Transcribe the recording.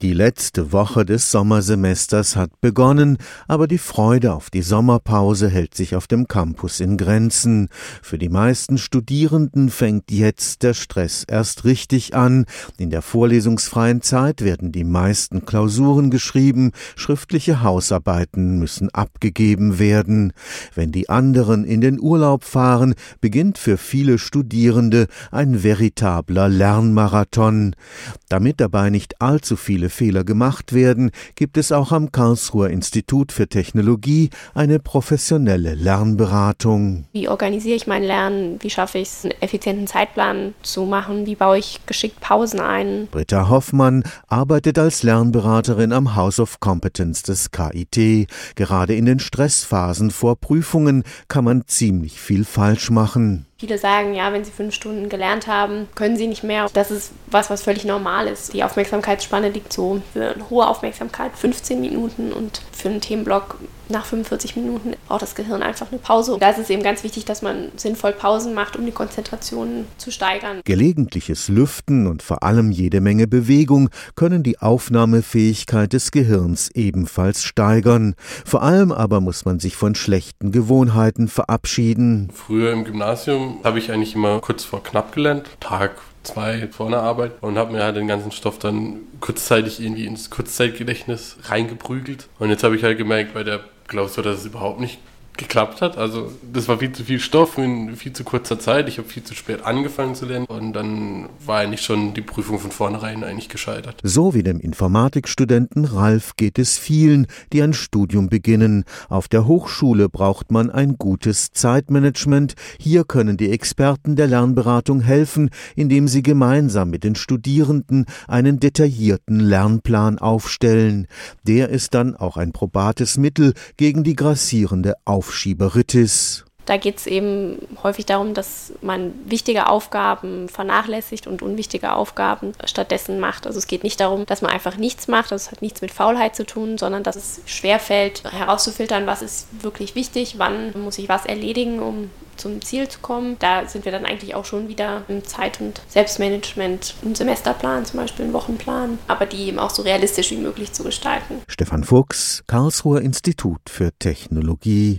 Die letzte Woche des Sommersemesters hat begonnen, aber die Freude auf die Sommerpause hält sich auf dem Campus in Grenzen. Für die meisten Studierenden fängt jetzt der Stress erst richtig an. In der vorlesungsfreien Zeit werden die meisten Klausuren geschrieben, schriftliche Hausarbeiten müssen abgegeben werden. Wenn die anderen in den Urlaub fahren, beginnt für viele Studierende ein veritabler Lernmarathon. Damit dabei nicht allzu viele Fehler gemacht werden, gibt es auch am Karlsruher Institut für Technologie eine professionelle Lernberatung. Wie organisiere ich mein Lernen? Wie schaffe ich es, einen effizienten Zeitplan zu machen? Wie baue ich geschickt Pausen ein? Britta Hoffmann arbeitet als Lernberaterin am House of Competence des KIT. Gerade in den Stressphasen vor Prüfungen kann man ziemlich viel falsch machen. Viele sagen, ja, wenn sie 5 Stunden gelernt haben, können sie nicht mehr. Das ist was völlig normal ist. Die Aufmerksamkeitsspanne liegt so für eine hohe Aufmerksamkeit 15 Minuten und für einen Themenblock nach 45 Minuten braucht das Gehirn einfach eine Pause. Da ist es eben ganz wichtig, dass man sinnvoll Pausen macht, um die Konzentration zu steigern. Gelegentliches Lüften und vor allem jede Menge Bewegung können die Aufnahmefähigkeit des Gehirns ebenfalls steigern. Vor allem aber muss man sich von schlechten Gewohnheiten verabschieden. Früher im Gymnasium habe ich eigentlich immer kurz vor knapp gelernt, Tag 2 vor einer Arbeit, und habe mir halt den ganzen Stoff dann kurzzeitig irgendwie ins Kurzzeitgedächtnis reingeprügelt. Und jetzt habe ich halt gemerkt bei der Klausur, dass es überhaupt nicht geklappt hat. Also das war viel zu viel Stoff in viel zu kurzer Zeit. Ich habe viel zu spät angefangen zu lernen und dann war eigentlich schon die Prüfung von vornherein eigentlich gescheitert. So wie dem Informatikstudenten Ralf geht es vielen, die ein Studium beginnen. Auf der Hochschule braucht man ein gutes Zeitmanagement. Hier können die Experten der Lernberatung helfen, indem sie gemeinsam mit den Studierenden einen detaillierten Lernplan aufstellen. Der ist dann auch ein probates Mittel gegen die grassierende Aufschieberitis. Da geht es eben häufig darum, dass man wichtige Aufgaben vernachlässigt und unwichtige Aufgaben stattdessen macht. Also es geht nicht darum, dass man einfach nichts macht, das hat nichts mit Faulheit zu tun, sondern dass es schwerfällt, herauszufiltern, was ist wirklich wichtig, wann muss ich was erledigen, um zum Ziel zu kommen. Da sind wir dann eigentlich auch schon wieder im Zeit- und Selbstmanagement, im Semesterplan zum Beispiel, im Wochenplan, aber die eben auch so realistisch wie möglich zu gestalten. Stefan Fuchs, Karlsruher Institut für Technologie.